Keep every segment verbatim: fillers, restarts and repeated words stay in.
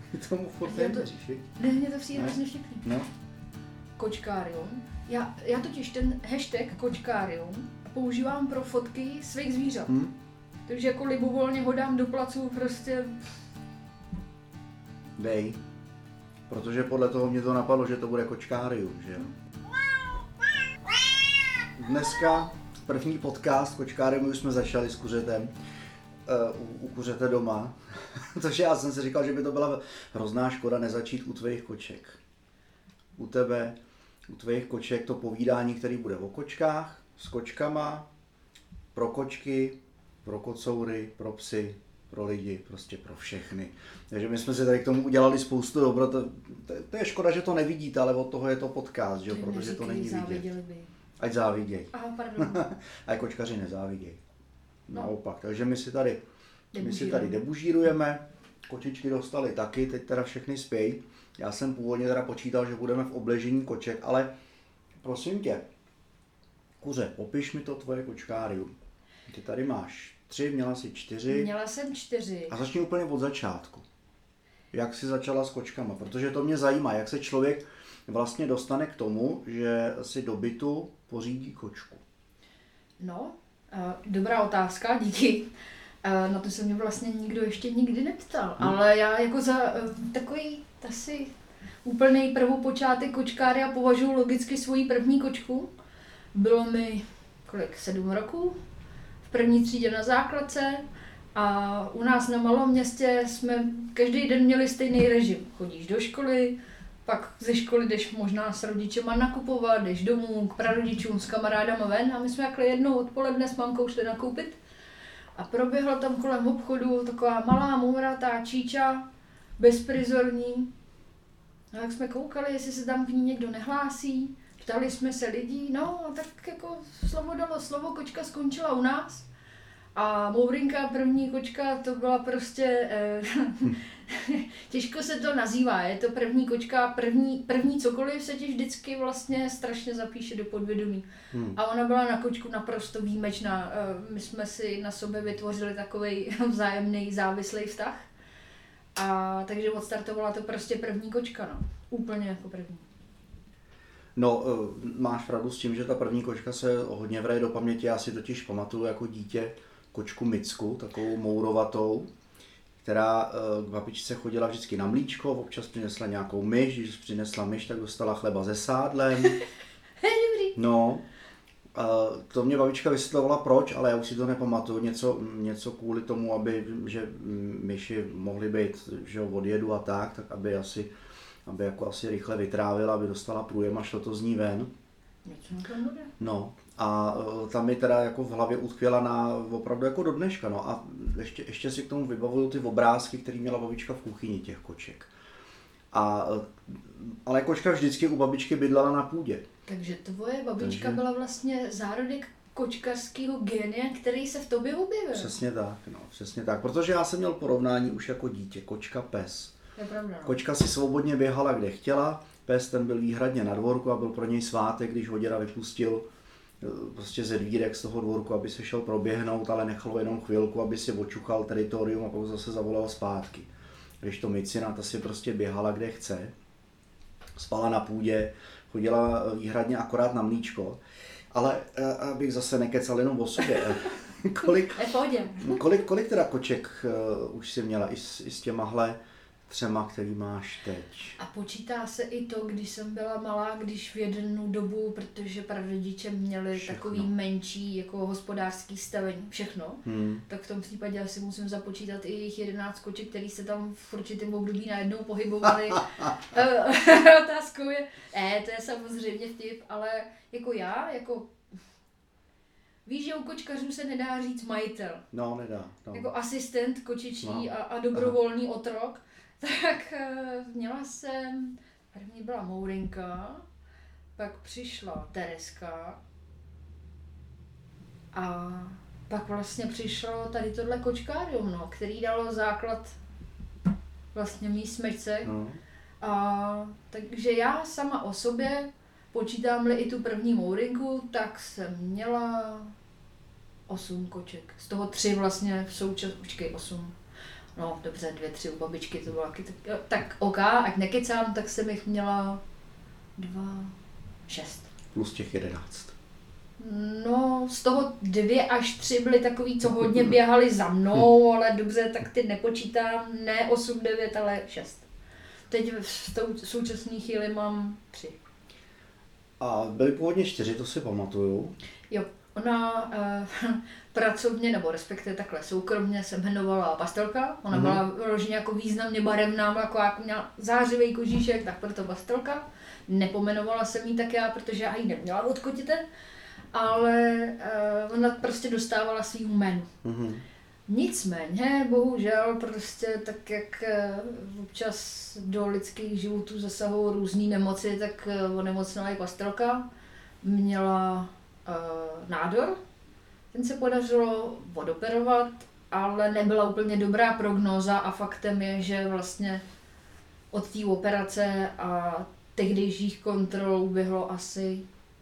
Tomu furt nevěříš, viď? Ne, mě to přijde hrozně vtipný. No. Kočkárium. Já, já totiž ten hashtag kočkárium používám pro fotky svých zvířat. Hmm? Takže jako libovolně ho dám do placu prostě... Dej. Protože podle toho mě to napadlo, že to bude kočkárium, že jo? Dneska první podcast kočkárium už jsme začali s kuřetem. Uh, u, u kuřete doma. Takže já jsem si říkal, že by to byla hrozná škoda nezačít u tvých koček. U tebe, u tvých koček to povídání, který bude o kočkách, s kočkama, pro kočky, pro kocoury, pro psy, pro lidi, prostě pro všechny. Takže my jsme si tady k tomu udělali spoustu dobro. To, to, to je škoda, že to nevidíte, ale od toho je to podcast, že? Protože to není vidět. By. Ať záviděj. Aha, pardon. A kočkaři nezáviděj. No. Naopak. Takže my si tady, my si tady debužírujeme. Kočičky dostali taky, teď teda všechny spějí. Já jsem původně teda počítal, že budeme v obležení koček, ale prosím tě, kuře, popiš mi to tvoje kočkárium. Ty tady máš tři, měla jsi čtyři. Měla jsem čtyři. A začni úplně od začátku. Jak jsi začala s kočkama, protože to mě zajímá, jak se člověk vlastně dostane k tomu, že si do bytu pořídí kočku. No, uh, dobrá otázka, díky. Uh, na to se mě vlastně nikdo ještě nikdy neptal, hmm. ale já jako za uh, takový asi úplný prvopočátek kočkária považuji logicky svoji první kočku. Bylo mi kolik, sedm roků, v první třídě na základce a u nás na malém městě jsme každý den měli stejný režim. Chodíš do školy, pak ze školy jdeš možná s rodičema nakupovat, jdeš domů k prarodičům s kamarádama ven a my jsme jakli jednou odpoledne s mamkou šli nakoupit a proběhla tam kolem obchodu taková malá mouratá číča, bezprizorní. A jak jsme koukali, jestli se tam k ní někdo nehlásí, ptali jsme se lidí, no tak jako slovo dalo slovo, kočka skončila u nás. A Mourinka, první kočka, to byla prostě, eh, těžko se to nazývá, je to první kočka, první, první cokoliv se ti vždycky vlastně strašně zapíše do podvědomí. Hmm. A ona byla na kočku naprosto výjimečná, my jsme si na sobě vytvořili takovej vzájemný závislý vztah. A takže odstartovala to prostě první kočka, no, úplně jako první. No, máš pravdu s tím, že ta první kočka se hodně vraje do paměti, já si totiž pamatuju jako dítě kočku Micku, takovou mourovatou, která k babičce chodila vždycky na mlíčko, občas přinesla nějakou myš, když přinesla myš, tak dostala chleba se sádlem. No, to mě babička vysvětlovala proč, ale já už si to nepamatuju, něco, něco kvůli tomu, aby, že myši mohly být, že od jedu a tak, tak aby asi, aby jako asi rychle vytrávila, aby dostala průjem a šlo to z ní ven. No, a tam mi teda jako v hlavě utkvěla na opravdu jako do dneška, no a ještě, ještě si k tomu vybavuju ty obrázky, které měla babička v kuchyni těch koček. A, ale kočka vždycky u babičky bydlela na půdě. Takže tvoje babička Takže... byla vlastně zárodek kočkařského génia, který se v tobě objevil. Přesně tak, no, přesně tak, protože já jsem měl porovnání už jako dítě, kočka, pes. Je pravda, no. Kočka si svobodně běhala kde chtěla, pes ten byl výhradně na dvorku a byl pro něj svátek, když ho děda vypustil prostě ze dvírek z toho dvorku, aby se šel proběhnout, ale nechalo jenom chvilku, aby si očuchal teritorium a pak zase zavolal zpátky. Když to Micina, ta si prostě běhala kde chce, spala na půdě, chodila výhradně akorát na mlíčko, ale abych zase nekecal jenom o sobě. kolik, kolik, kolik teda koček uh, už jsi měla i s, i s těmahle třema, který máš teď? A počítá se i to, když jsem byla malá, když v jednu dobu, protože prarodiče měli všechno. Takový menší jako hospodářský stavení, všechno, hmm. tak v tom případě asi musím započítat i jejich jedenáct koček, který se tam v určitém období najednou pohybovali. Otázkou je, ne, to je samozřejmě vtip, ale jako já, jako víš, že u kočkařů se nedá říct majitel. No, nedá. No. Jako asistent kočičí no. a, a dobrovolný Aha. otrok. Tak měla jsem, první byla Mourinka, pak přišla Tereska a pak vlastně přišlo tady tohle kočkárium, no, který dalo základ vlastně mý smečce. No. A takže já sama o sobě, počítám-li i tu první Mourinku, tak jsem měla osm koček. Z toho tři vlastně v současnosti, počkej, osm. no dobře, dvě, tři u babičky, to bylo taky tak, tak ok, ať nekecám, tak jsem jich měla dva, šest. Plus těch jedenáct. No, z toho dvě až tři byly takový, co hodně běhali za mnou, ale dobře, tak ty nepočítám, ne osm, devět, ale šest. Teď v tou současné chvíli mám tři. A byly původně čtyři, to si pamatuju. Jo, ona eh, pracovně, nebo respektive takhle soukromně se jmenovala Pastelka. Ona mm-hmm. byla vyloženě jako významně barevná, jako, jako měla zářivý kožíšek, tak proto Pastelka. Nepomenovala jsem jí tak já, protože já ji neměla od kotěte, ale uh, ona prostě dostávala svýmu jménu. Mm-hmm. Nicméně, bohužel, prostě tak jak uh, občas do lidských životů zasahují různé nemoci, tak uh, onemocněla i Pastelka. Měla uh, nádor, ten se podařilo odoperovat, ale nebyla úplně dobrá prognóza a faktem je, že vlastně od té operace a tehdejších kontrol uběhlo asi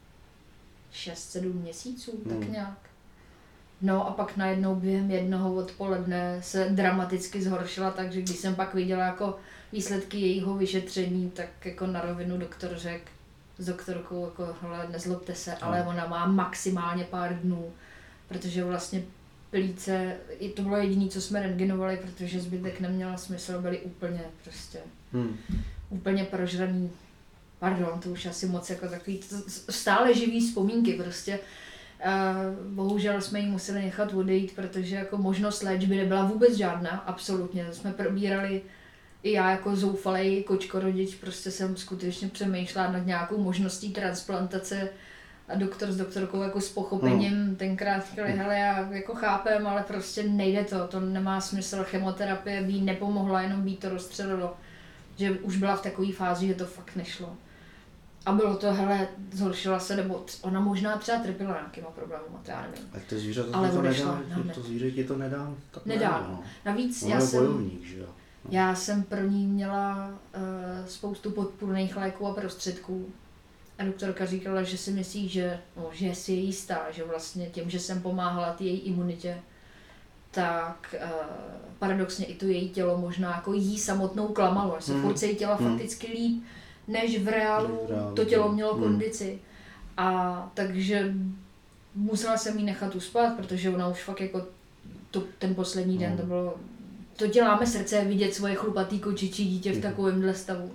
šest sedm měsíců, hmm. tak nějak. No a pak najednou během jednoho odpoledne se dramaticky zhoršila, takže když jsem pak viděla jako výsledky jejího vyšetření, tak jako na rovinu doktor řekl s doktorkou, jako hele, nezlobte se, hmm. ale ona má maximálně pár dnů, protože vlastně plíce, i to bylo jediné, co jsme rentgenovali, protože zbytek neměla smysl, byly úplně prostě hmm. úplně prožraný. Pardon, to už asi moc jako takový stále živý vzpomínky prostě. Uh, bohužel jsme jí museli nechat odejít, protože jako možnost léčby nebyla vůbec žádná, absolutně. Jsme probírali i já jako zoufalej kočkorodič, prostě jsem skutečně přemýšlela nad nějakou možností transplantace a doktor s doktorkou jako s pochopením no. tenkrát říkali, hele, já jako chápem, ale prostě nejde to, to nemá smysl, chemoterapie by jí nepomohla, jenom by jí to rozstřelilo. Že už byla v takové fázi, že to fakt nešlo. A bylo to, hele, zhoršila se, nebo ona možná třeba trpěla nějakýma problémy, to já nevím. A to zvíře to, ale to odešla, nedá, to, to zvíře ti to nedá? Tak nedá. nedá no. Navíc on já je jsem, bojovník, že jo? No. Já jsem pro ní měla uh, spoustu podpůrných léků a prostředků. A doktorka říkala, že si myslí, že, no, že si je jistá, že vlastně tím, že jsem pomáhala té její imunitě, tak uh, paradoxně i to její tělo možná jako jí samotnou klamalo, že se hmm. furt cítila hmm. fakticky líp, než v reálu to tělo mělo hmm. kondici. A takže musela jsem jí nechat uspat, protože ona už fakt jako to, ten poslední den, hmm. to bylo, to děláme srdce vidět svoje chlupatý kočičí dítě v takovémhle stavu.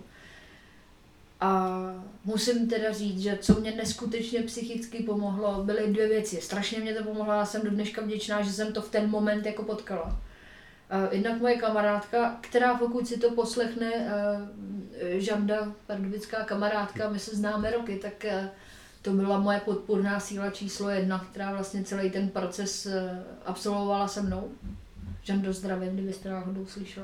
A musím teda říct, že co mě neskutečně psychicky pomohlo, byly dvě věci. Strašně mě to pomohlo, já jsem do dneška vděčná, že jsem to v ten moment jako potkala. Jednak moje kamarádka, která pokud si to poslechne, Žanda, pardubická kamarádka, my se známe roky, tak to byla moje podpůrná síla číslo jedna, která vlastně celý ten proces absolvovala se mnou. Žando, zdravím, kdybyste náhodou slyšela.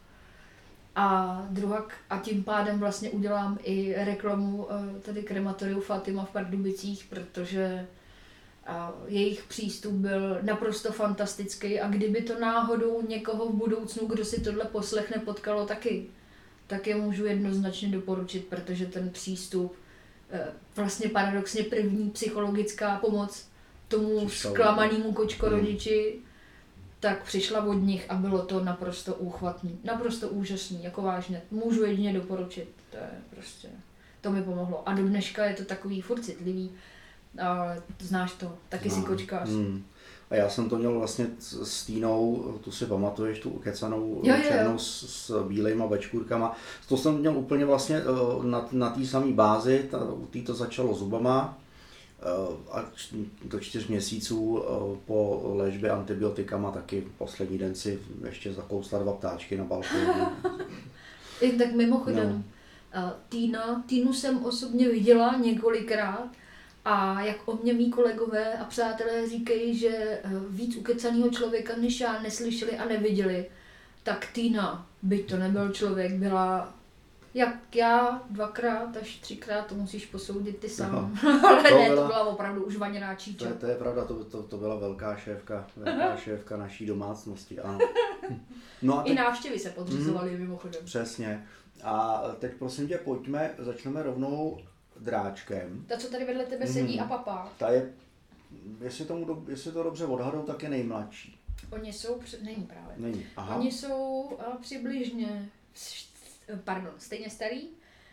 A druhá, a tím pádem vlastně udělám i reklamu tady krematoriu Fatima v Pardubicích, protože jejich přístup byl naprosto fantastický a kdyby to náhodou někoho v budoucnu, kdo si tohle poslechne, potkalo taky, tak je můžu jednoznačně doporučit, protože ten přístup, vlastně paradoxně první psychologická pomoc tomu zklamanému kočkorodiči, hmm. tak přišla od nich a bylo to naprosto úchvatný, naprosto úžasný, jako vážně. Můžu jedině doporučit, to je prostě, to mi pomohlo. A do dneška je to takový furt citlivý, a znáš to, taky Znám. si kočkář. Hmm. A já jsem to měl vlastně s Týnou, tu si pamatuješ, tu ukecanou jo, jo, černou jo. s, s bílejma bečkůrkama. To jsem měl úplně vlastně na, na té samé bázi, ta, u té to začalo zubama. A do čtyř měsíců po léčbě antibiotikama taky poslední den si ještě zakousla dva ptáčky na balkónu. Tak mimochodem, no. Týna, Týnu jsem osobně viděla několikrát a jak o mě mý kolegové a přátelé říkají, že víc ukecaného člověka než já neslyšeli a neviděli, tak Týna, byť to nebyl člověk, byla jak já dvakrát až třikrát, to musíš posoudit ty sám. Ale to ne, byla, to byla opravdu už vaněná číča. To, to je pravda, to, to, to byla velká šéfka, velká šéfka naší domácnosti, ano. No a teď, i návštěvy se podřizovaly mm, mimochodem. Přesně. A teď prosím tě, pojďme, začneme rovnou dráčkem. Ta, co tady vedle tebe sedí mm, a papá. Ta je, jestli, tomu, jestli to dobře odhadou, tak je nejmladší. Oni jsou, při... není právě. Není, aha. Oni jsou uh, přibližně, pardon, stejně starý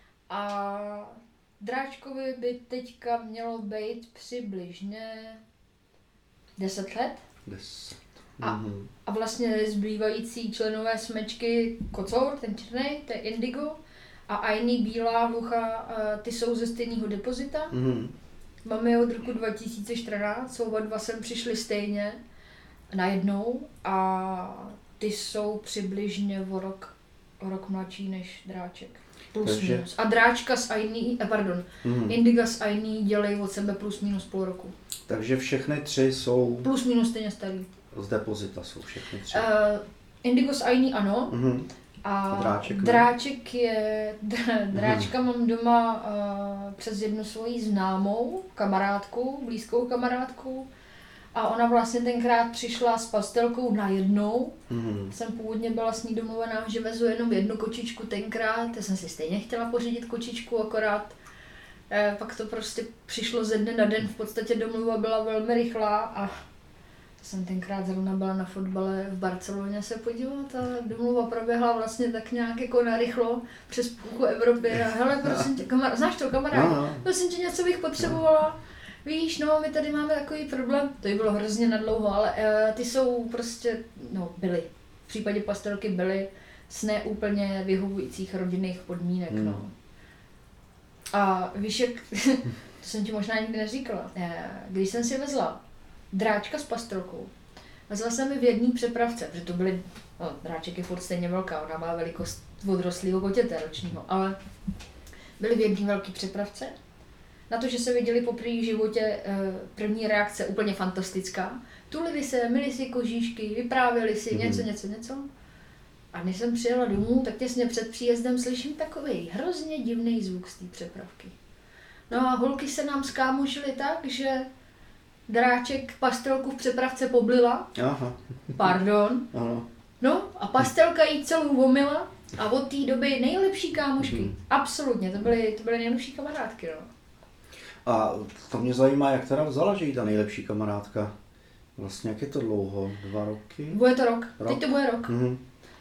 a Dráčkovi by teďka mělo být přibližně deset let. deset. A, mm-hmm. a vlastně zbývající členové smečky Kocour, ten černý, to je Indigo, a Aini, bílá, hlucha, ty jsou ze stejného depozita. Mm-hmm. Máme je od roku dva tisíce čtrnáct, oba dva sem přišli stejně najednou a ty jsou přibližně o rok, o rok mladší než Dráček. Plus Takže... minus. A Dráčka s Aini, eh, pardon, mm-hmm. Indiga s Aini dělají od sebe plus minus půl roku. Takže všechny tři jsou... Plus minus stejně starý. Z depozita jsou všechny tři. Uh, Indigo s Aini ano. Mm-hmm. A Dráček, Dráček je, Dráčka mám doma uh, přes jednu svoji známou kamarádku, blízkou kamarádku a ona vlastně tenkrát přišla s pastelkou najednou. Mm-hmm. Jsem původně byla s ní domluvená, že vezu jenom jednu kočičku tenkrát, já jsem si stejně chtěla pořídit kočičku, akorát eh, pak to prostě přišlo ze dne na den, v podstatě domluva byla velmi rychlá a jsem tenkrát zrovna byla na fotbale v Barceloně se podívat a domluva proběhla vlastně tak nějak jako narychlo přes půlku Evropy a hele, prosím tě, kamarád, znáš to kamarád, no, no. prosím tě, něco bych potřebovala, víš, no, my tady máme takový problém, to by bylo hrozně nadlouho, ale uh, ty jsou prostě, no, byly, v případě pastelky byly z neúplně vyhovujících rodinných podmínek, hmm. no. A víš, jak, to jsem ti možná nikdy neříkala, když jsem si vezla Dráčka s pastelkou. Vezla jsem mi v jedné přepravce, protože to byly, no, Dráček je furt stejně velká, ona má velikost odrostlého kotěte ročního, ale byly v jedné velké přepravce. Na to, že se viděli poprvé v životě, první reakce úplně fantastická. Tulili se, myli si kožíšky, vyprávěli si mm-hmm. něco, něco, něco. A když jsem přijela domů, tak těsně před příjezdem slyším takový hrozně divný zvuk z té přepravky. No a holky se nám skámošily tak, že Dráček pastelku v přepravce poblila. Aha. Pardon. Aha. No a pastelka jí celou omila a od té doby nejlepší kámošky. Hmm. Absolutně, to byly, to byly nejlepší kamarádky. No. A to mě zajímá, jak teda vzala, že jí ta nejlepší kamarádka. Vlastně jak je to dlouho? Dva roky? Bude to rok. rok? Teď to bude rok. Hmm.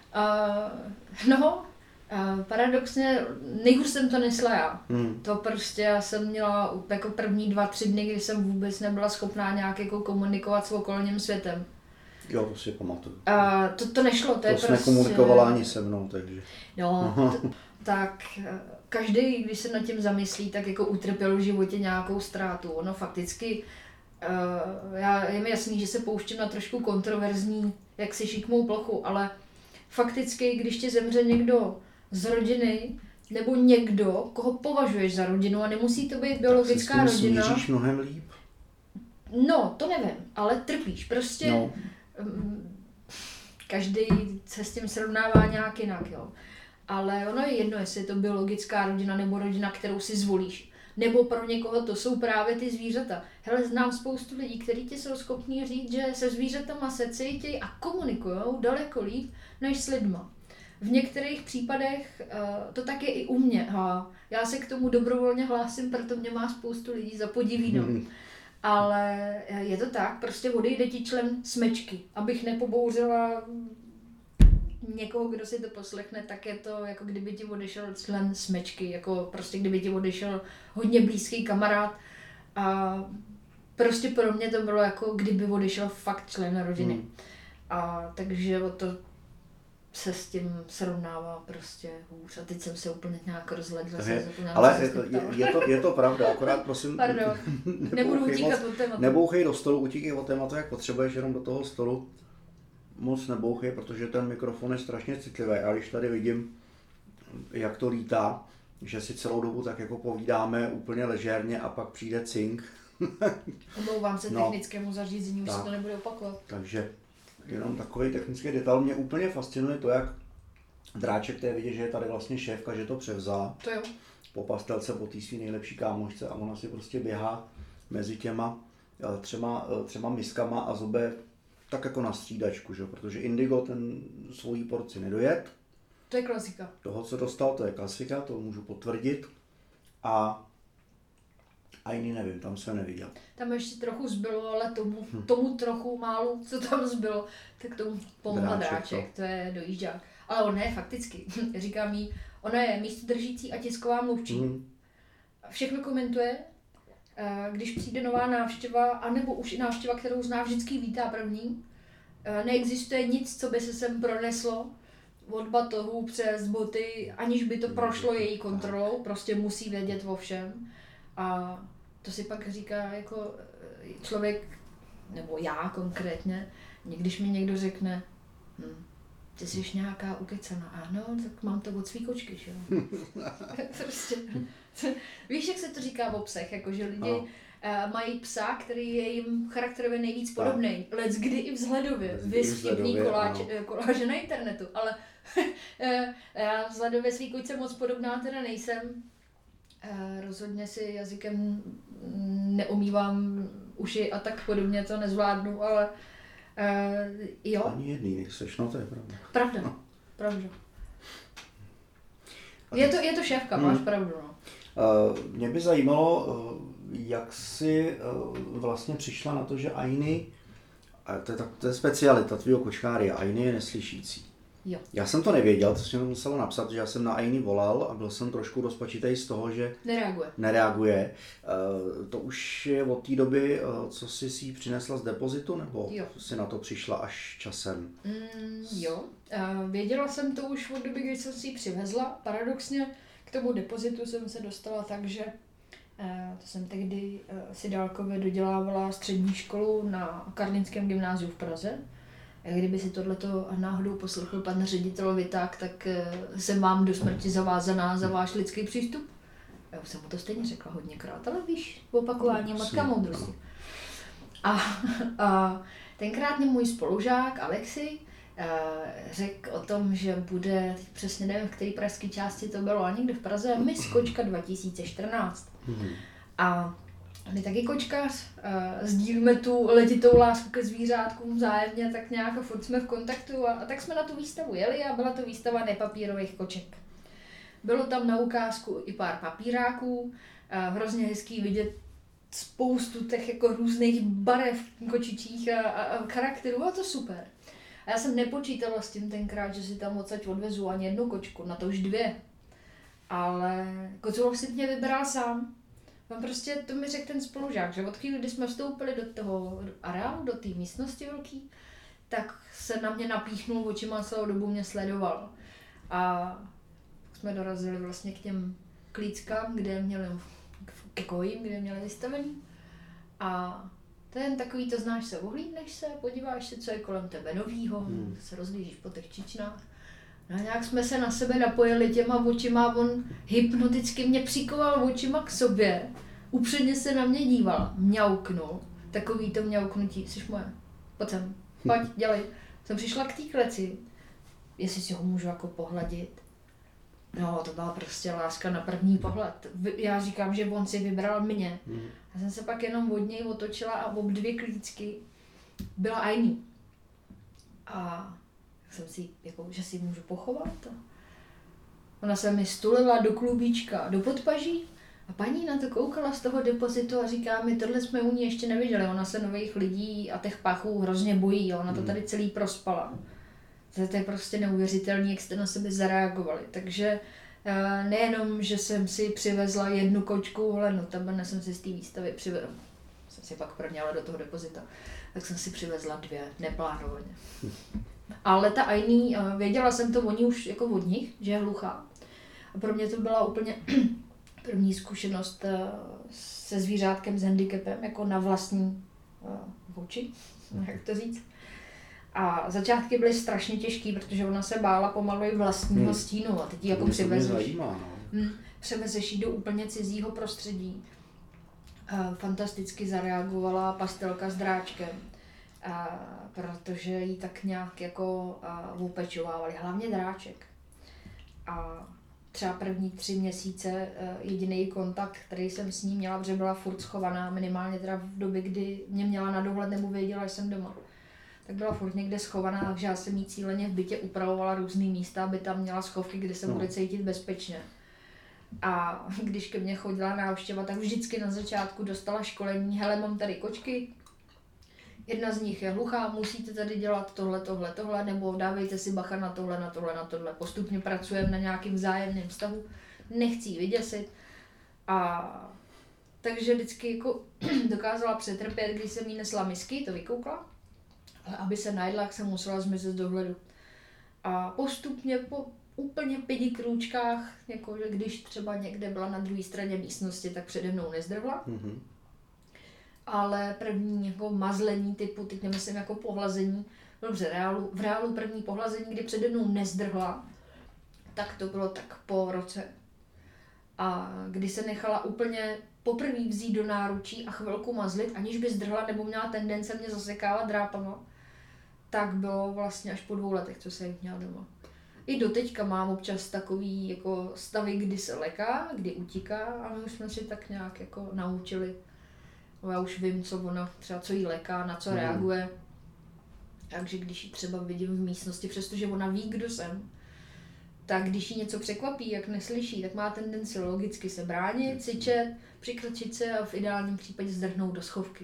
Uh, no, uh, paradoxně nejhůř jsem to nesla já. Hmm. To prostě já jsem měla jako první dva, tři dny, kdy jsem vůbec nebyla schopná nějak jako komunikovat s okolním světem. Jo, to si pamatuju. Uh, to, to nešlo, to, to je prostě... To jsi nekomunikovala ani se mnou, takže... No, t- tak každý, když se nad tím zamyslí, tak jako utrpěl v životě nějakou ztrátu. Ono fakticky, uh, já, je mi jasný, že se pouštím na trošku kontroverzní, jak si šikmou plochu, ale fakticky, když ti zemře někdo z rodiny, nebo někdo, koho považuješ za rodinu, a nemusí to být biologická rodina. Tak se s tím smíříš mnohem líp? No, to nevím, ale trpíš. Prostě no. Každý se s tím srovnává nějak jinak, jo. Ale ono je jedno, jestli je to biologická rodina nebo rodina, kterou si zvolíš. Nebo pro někoho to jsou právě ty zvířata. Hele, znám spoustu lidí, kteří ti jsou schopní říct, že se zvířatama se cítí a komunikujou daleko líp než s lidma. V některých případech uh, to tak je i u mě. A já se k tomu dobrovolně hlásím, proto mě má spoustu lidí za podivíno. Hmm. Ale je to tak, prostě odejde ti člen smečky. Abych nepobouřila někoho, kdo si to poslechne, tak je to jako kdyby ti odešel člen smečky, jako prostě kdyby ti odešel hodně blízký kamarád. A prostě pro mě to bylo jako kdyby odešel fakt člen rodiny. Hmm. A takže o to se s tím srovnává prostě hůř. A teď jsem se úplně nějak rozhledla. Ale je, je, to, je to pravda, akorát prosím, Pardon, nebudu utíkat od tématu. Nebouchej do stolu, utíkej od tématu, jak potřebuješ, jenom do toho stolu moc nebouchej, protože ten mikrofon je strašně citlivý. A když tady vidím, jak to lítá, že si celou dobu tak jako povídáme úplně ležérně a pak přijde cink. Omlouvám se no, technickému zařízení, už se to nebude opakovat. Takže jenom takový technický detail. Mě úplně fascinuje to, jak Dráček, to je vidět, že je tady vlastně šéfka, že to převzala. To jo. Po pastelce, po té svý nejlepší kámošce a ona si prostě běhá mezi těma třema, třema miskama a zobe tak jako na střídačku, že? Protože Indigo ten svojí porci nedojet. To je klasika. Toho, co dostal, to je klasika, to můžu potvrdit. A A jiný nevím, tam jsem neviděl. Tam ještě trochu zbylo, ale tomu, hm. tomu trochu málu, co tam zbylo, tak tomu pomohla Dráček, Dráček to. to je dojížďák. Ale on ne, fakticky, říkám jí, ona je místodržící a tisková mluvčí. Hmm. Všechno komentuje, když přijde nová návštěva, anebo už i návštěva, kterou zná, vždycky vítá první. Neexistuje nic, co by se sem proneslo od batohů přes boty, aniž by to prošlo její kontrolou, prostě musí vědět o všem. A to si pak říká jako člověk, nebo já konkrétně, když mi někdo řekne, hm, ty jsi nějaká ukecaná, ano, tak mám to od svý kočky, že jo. Prostě. Víš, jak se to říká o psech, jako že lidi uh, mají psa, který je jim charakterově nejvíc podobný, let's kdy i vzhledově, vys vtipný koláč, koláže na internetu, ale já vzhledově svý kočce moc podobná teda nejsem. Uh, rozhodně si jazykem neumývám uši a tak podobně, to nezvládnu, ale uh, jo. Ani jedný nejseš, no to je pravda. Pravda, no. pravda. Je to, je to šéfka, hmm. máš pravdu, no. Uh, mě by zajímalo, uh, jak jsi uh, vlastně přišla na to, že Ainy, uh, to, je tak, to je specialita tvýho kočkária, Ainy je neslyšící. Jo. Já jsem to nevěděl, to jsem musel napsat, že já jsem na Ainy volal a byl jsem trošku rozpačitej z toho, že nereaguje. nereaguje. Uh, to už je od té doby, uh, co jsi si ji přinesla z depozitu, nebo jo. jsi na to přišla až časem? Mm, jo, uh, věděla jsem to už od doby, kdy jsem si ji přivezla. Paradoxně k tomu depozitu jsem se dostala tak, že uh, to jsem tehdy uh, si dálkově dodělávala střední školu na Karlínském gymnáziu v Praze. Kdyby si tohleto náhodou poslechl pan ředitel Viták, tak jsem vám do smrti zavázaná za váš lidský přístup. Já už jsem mu to stejně řekla hodněkrát, ale víš, opakování matka moudrosti. A, a tenkrát mě můj spolužák Alexi řekl o tom, že bude, teď přesně nevím, v které pražské části to bylo, a někde v Praze, Miss Kočka dva tisíce čtrnáct. A on je taky kočkař, uh, sdílíme tu letitou lásku ke zvířátkům vzájemně, tak nějak a furt jsme v kontaktu a, a tak jsme na tu výstavu jeli a byla to výstava nepapírových koček. Bylo tam na ukázku i pár papíráků, uh, hrozně hezký vidět spoustu těch jako různých barev kočičích a, a, a charakterů, a to super. A já jsem nepočítala s tím tenkrát, že si tam odsaď odvezu ani jednu kočku, na to už dvě. Ale Kocův si mě vybral sám. On prostě, to mi řekl ten spolužák, že od chvíli, kdy jsme vstoupili do toho areálu, do té místnosti velký, tak se na mě napíchnul očima a celou dobu mě sledoval. A jsme dorazili vlastně k těm klíckám, kde měli, ke kojím, kde měli vystavený. A to je jen takový, to znáš se, ohlídneš se, podíváš se, co je kolem tebe novýho, hmm. se rozlížíš po těch čičnách. No a nějak jsme se na sebe napojili těma očima, on hypnoticky mě přikoval očima k sobě, upředně se na mě díval, mňauknul, takový to mňauknutí, jsi moje, pojď sem, pojď, dělej. Jsem přišla k té kleci, jestli si ho můžu jako pohladit. No, to byla prostě láska na první pohled. Já říkám, že on si vybral mě. A jsem se pak jenom od něj otočila a ob dvě klícky byla Ainy. A jsem si, jako, že si můžu pochovat. A ona se mi stulila do klubíčka, do podpaží a paní na to koukala z toho depozitu a říká mi, tohle jsme u ní ještě neviděli, ona se nových lidí a těch pachů hrozně bojí a ona to tady celý prospala. To je prostě neuvěřitelné, jak jste na sebe zareagovali. Takže nejenom, že jsem si přivezla jednu kočku, ale notabene jsem si z té výstavy přivezla, jsem si pak proňala do toho depozita, tak jsem si přivezla dvě, neplánovaně. Ale ta Ainy, věděla jsem to oni už jako od nich, že je hluchá. A pro mě to byla úplně první zkušenost se zvířátkem s handicapem, jako na vlastní oči, jak to říct. A začátky byly strašně těžký, protože ona se bála pomalu i vlastního hmm. stínu a teď ji jako přivezeš. No. Hmm, přivezeš ji do úplně cizího prostředí. Fantasticky zareagovala pastelka s Dráčkem. A protože jí tak nějak jako opečovávali, hlavně Dráček. A třeba první tři měsíce jediný kontakt, který jsem s ní měla, protože byla furt schovaná, minimálně teda v době, kdy mě měla na dohled nebo věděla, že jsem doma. Tak byla furt někde schovaná, takže já jsem jí cíleně v bytě upravovala různý místa, aby tam měla schovky, kde se no. bude cítit bezpečně. A když ke mně chodila návštěva, tak vždycky na začátku dostala školení, hele, mám tady kočky, jedna z nich je hluchá, musíte tady dělat tohle, tohle, tohle, nebo dávejte si bacha na tohle, na tohle, na tohle. Postupně pracujeme na nějakým vzájemném vztahu, nechci ji vyděsit. A takže vždycky jako dokázala přetrpět, když jsem jí nesla misky, to vykoukla, ale aby se najedla, jak jsem musela zmizet z dohledu. A postupně po úplně pěti krůčkách, jakože když třeba někde byla na druhé straně místnosti, tak přede mnou nezdrhla. Mm-hmm. Ale první jako mazlení typu, teď nemyslím jako pohlazení, dobře, reálu, v reálu první pohlazení, kdy přede mnou nezdrhla, tak to bylo tak po roce. A kdy se nechala úplně poprvé vzít do náručí a chvilku mazlit, aniž by zdrhla nebo měla tendence mě zasekávat drápama, tak bylo vlastně až po dvou letech, co jsem měla doma. I doteďka mám občas takový jako stavy, kdy se leká, kdy utíká, a my už jsme si tak nějak jako naučili. Já už vím, co ona, třeba co jí leká, na co hmm. reaguje. Takže když ji třeba vidím v místnosti, přestože ona ví, kdo jsem, tak když jí něco překvapí, jak neslyší, tak má tendenci logicky se bránit, syčet, přikročit se a v ideálním případě zdrhnout do schovky.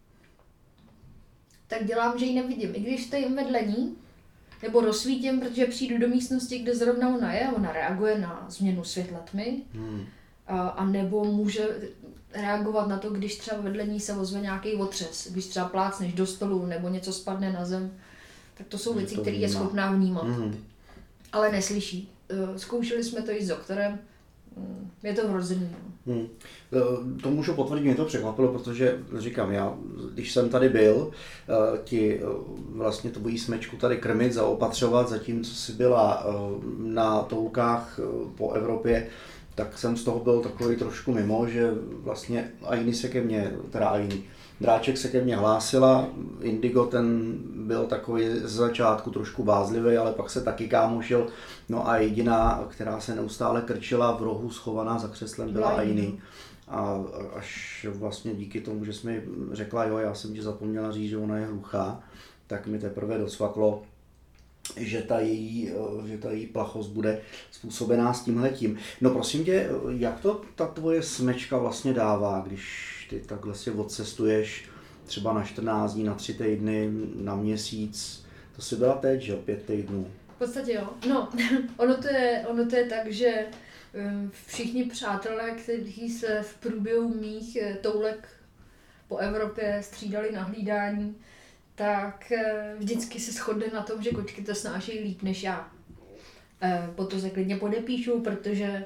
Tak dělám, že ji nevidím. I když stojím vedle ní, nebo rozsvítím, protože přijdu do místnosti, kde zrovna ona je, ona reaguje na změnu světla tmy, hmm. a, a nebo může reagovat na to, když třeba vedle ní se ozve nějaký otřes, když třeba plácneš do stolu nebo něco spadne na zem, tak to jsou věci, které je schopná vnímat. Hmm. Ale neslyší. Zkoušeli jsme to i s doktorem, je to hrozený. Hmm. To můžu potvrdit, mě to překvapilo, protože říkám, já, když jsem tady byl, ti vlastně tu bojí smečku tady krmit, zaopatřovat, zatímco si byla na toulkách po Evropě, tak jsem z toho byl takový trošku mimo, že vlastně Aini se ke mně, teda Aini, Dráček se ke mně hlásila, Indigo ten byl takový z začátku trošku bázlivý, ale pak se taky kámošil. No a jediná, která se neustále krčila v rohu schovaná za křeslem, byla Aini. A až vlastně díky tomu, že jsme řekla, jo, já jsem ti zapomněla říct, že ona je hluchá, tak mi teprve docvaklo, že ta její, že ta její plachost bude způsobená s tímhletím. No prosím tě, jak to ta tvoje smečka vlastně dává, když ty takhle si odcestuješ třeba na čtrnáct dní, na tři týdny, na měsíc, to si byla teď, že pět týdnů. V podstatě jo. No, ono to je, ono to je tak, že všichni přátelé, kteří se v průběhu mých toulek po Evropě střídali na hlídání, tak vždycky se shodne na tom, že kočky to snáší líp než já. Potom se klidně podepíšu, protože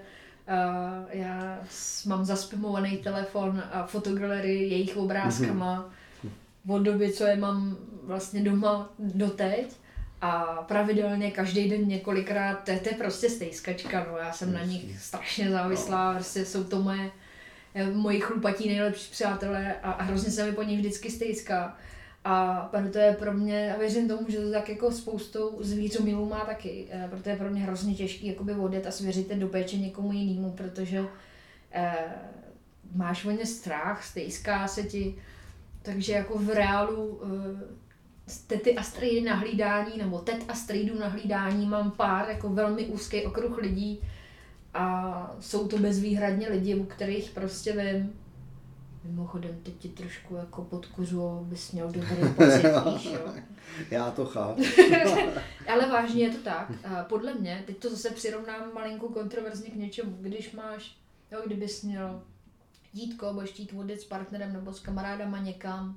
já mám zaspamovaný telefon a fotogalerii jejich obrázkama od doby, co je mám vlastně doma doteď. A pravidelně každý den několikrát, to je, to je prostě stejskačka, no, já jsem na nich strašně závislá, prostě jsou to moje, moji chlupatí nejlepší přátelé a, a hrozně se mi po nich vždycky stejská. A proto je pro mě, a věřím tomu, že to tak jako spoustou zvířomilů má taky, proto je pro mě hrozně těžký jakoby odjet a svěřit do péče někomu jinému, protože eh, máš o ně strach, stejská se ti, takže jako v reálu eh, tety a strejdy na hlídání, nebo tet a strejdů na hlídání mám pár, jako velmi úzký okruh lidí a jsou to bezvýhradně lidi, u kterých prostě vím. Mimochodem, teď ti trošku jako podkuřu, abys měl dobrý pocit, víš, jo. Já to chápu. Ale vážně je to tak. Podle mě, teď to zase přirovnám malinko kontroverzně k něčemu, když máš, jo, kdybys měl dítko, budeš chtít odjet s partnerem nebo s kamarádama někam,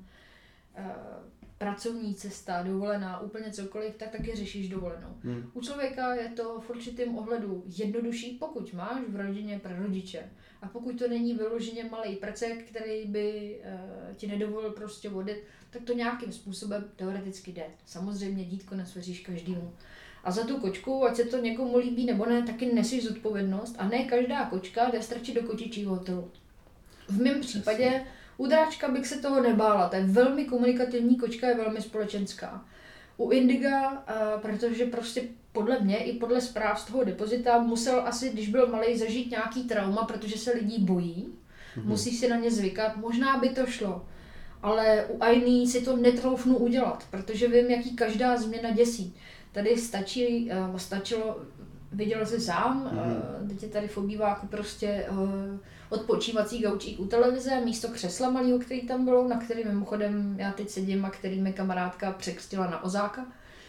pracovní cesta, dovolená, úplně cokoliv, tak taky řešíš dovolenou. Hmm. U člověka je to v určitém ohledu jednodušší, pokud máš v rodině prarodiče. A pokud to není vyloženě malý prcek, který by uh, ti nedovolil prostě odjet, tak to nějakým způsobem teoreticky jde. Samozřejmě dítko nesvěříš každému. A za tu kočku, ať se to někomu líbí nebo ne, taky nesíš zodpovědnost a ne každá kočka jde strčit do kočičího hotelu. V mém případě u Dráčka bych se toho nebála, to je velmi komunikativní kočka, je velmi společenská. U Indiga, uh, protože prostě podle mě i podle zpráv z toho depozita musel asi, když byl malej, zažít nějaký trauma, protože se lidí bojí, mm-hmm. musí si na ně zvykat, možná by to šlo, ale u Aini si to netroufnu udělat, protože vím, jaký každá změna děsí. Tady stačí, uh, stačilo viděl jsi sám, mm. teď je tady v obýváku prostě uh, odpočívací gaučík u televize, místo křesla malého, který tam bylo, na který mimochodem já teď sedím a který mi kamarádka překřtila na ozáka.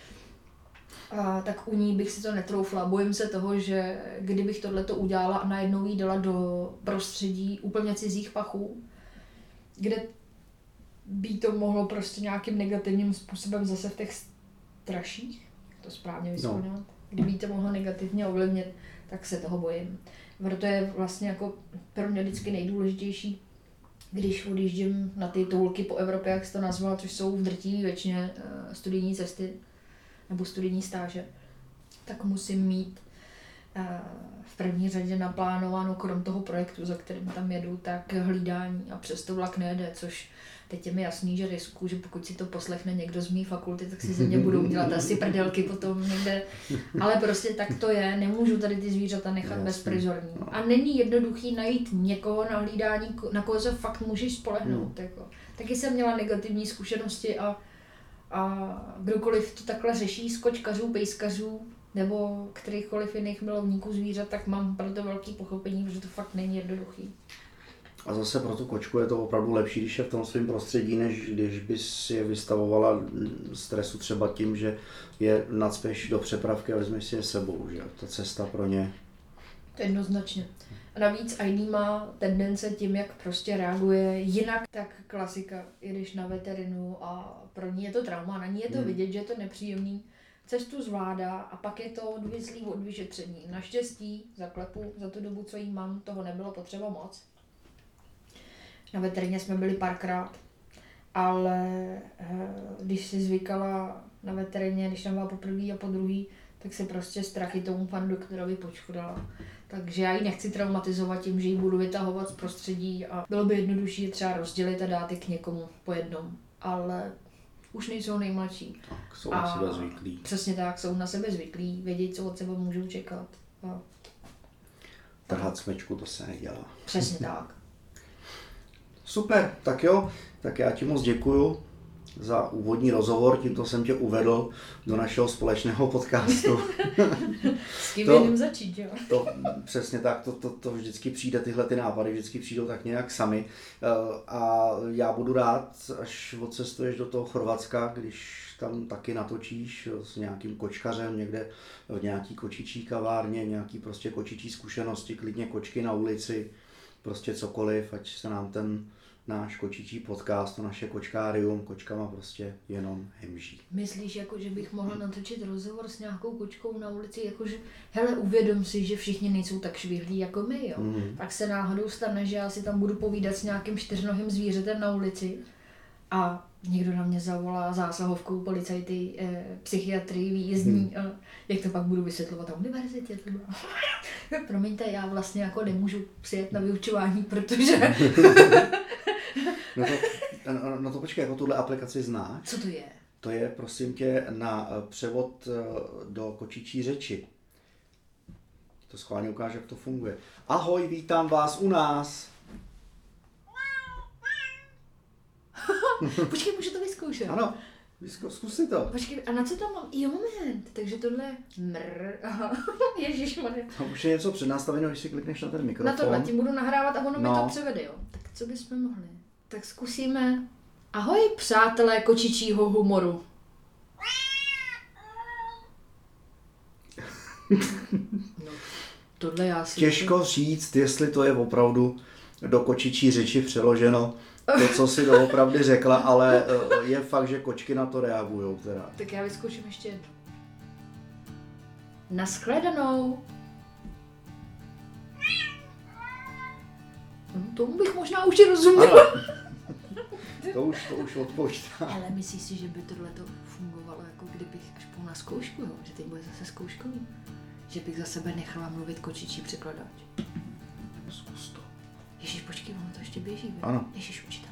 A tak u ní bych si to netroufla. Bojím se toho, že kdybych tohleto udělala a najednou jí dala do prostředí úplně cizích pachů, kde by to mohlo prostě nějakým negativním způsobem zase v těch straších, jak to správně vysvětlit, no. Kdyby to mohlo negativně ovlivnit, tak se toho bojím. Proto je vlastně jako pro mě vždycky nejdůležitější, když odjíždím na ty toulky po Evropě, jak jsi to nazval, což jsou v drtivé většině studijní cesty nebo studijní stáže, tak musím mít v první řadě naplánováno krom toho projektu, za kterým tam jedu, tak hlídání a přesto vlak nejede, což teď je mi jasný, že risku, že pokud si to poslechne někdo z mý fakulty, tak si ze mě budou dělat asi prdelky potom někde. Ale prostě tak to je, nemůžu tady ty zvířata nechat bezprizorní. A není jednoduchý najít někoho na hlídání, na koho se fakt můžeš spolehnout. Jako. Taky jsem měla negativní zkušenosti a, a kdokoliv to takhle řeší z kočkařů, pejskařů nebo kterýchkoliv jiných milovníků zvířat, tak mám pro to velký pochopení, protože to fakt není jednoduchý. A zase pro tu kočku je to opravdu lepší, když je v tom svém prostředí, než když bys je vystavovala stresu třeba tím, že je nacpeš do přepravky a vezmeš si je sebou, že ta cesta pro ně. To je jednoznačně. A navíc Aini má tendence tím, jak prostě reaguje jinak, tak klasika, jedeš na veterinu a pro ní je to trauma, na ní je to hmm. vidět, že je to nepříjemný. Cestu zvládá a pak je to odvislý od vyšetření. Naštěstí zaklepu za tu dobu, co jí mám, toho nebylo potřeba moc. Na veterině jsme byli párkrát, ale když si zvykala na veterině, když tam byla poprvé a po druhý, tak se prostě strachy tomu panu doktorovi počkudala. Takže já ji nechci traumatizovat tím, že ji budu vytahovat z prostředí a bylo by jednodušší třeba rozdělit a dát je k někomu po jednom. Ale už nejsou nejmladší. Tak, jsou na sebe zvyklí. Přesně tak, jsou na sebe zvyklí, vědí, co od sebe můžou čekat. A... Trhat smečku, to se nedělá. Přesně tak. Super, tak jo, tak já ti moc děkuju za úvodní rozhovor, tímto jsem tě uvedl do našeho společného podcastu. S kým jiným začít, jo? To, přesně tak, to, to, to vždycky přijde, tyhle ty nápady vždycky přijdou tak nějak sami. A já budu rád, až odcestuješ do toho Chorvatska, když tam taky natočíš s nějakým kočkařem někde v nějaký kočičí kavárně, nějaký prostě kočičí zkušenosti, klidně kočky na ulici, prostě cokoliv, ať se nám ten náš kočičí podcast, to naše kočkárium, kočkama prostě jenom hemží. Myslíš, jako, že bych mohla natočit rozhovor s nějakou kočkou na ulici, jakože, hele, uvědom si, že všichni nejsou tak švihlí jako my, jo. Mm. Tak se náhodou stane, že já si tam budu povídat s nějakým čtyřnohým zvířetem na ulici a někdo na mě zavolá zásahovkou policajty, eh, psychiatrii, výjezdní, mm. a jak to pak budu vysvětlovat na univerzitě. Promiňte, já vlastně jako nemůžu přijet na vyučování, protože... No to, no, no to počkej, jako tuhle aplikaci znáš? Co to je? To je, prosím tě, na převod do kočičí řeči. To schválně ukáže, jak to funguje. Ahoj, vítám vás u nás. Počkej, můžu to vyzkoušet? Ano, vyzkou, zkus si to. Počkej, a na co tam mám? Jo, moment, takže tohle je mrr, aha, ježišmarja. To už je něco přednastaveno, když si klikneš na ten mikrofon. Na tohle, tím budu nahrávat a ono no. mi to převede, jo. Tak co bychom mohli? Tak zkusíme. Ahoj, přátelé kočičího humoru. No, tohle já si... Těžko říct, jestli to je opravdu do kočičí řeči přeloženo. To, co si doopravdy řekla, ale je fakt, že kočky na to reagujou teda. Tak já vyzkouším ještě jednou. Naschledanou. No, tomu bych možná už i rozuměla. To už, to už odpočítá. Ale myslíš si, že by tohle to fungovalo, jako kdybych až půl na zkoušku, jo? Že teď bude zase zkouškový? Že bych za sebe nechala mluvit kočičí překladač. Zkus to. Ježiš, počkej, ono to ještě běží. Ano. Ježiš, určitě.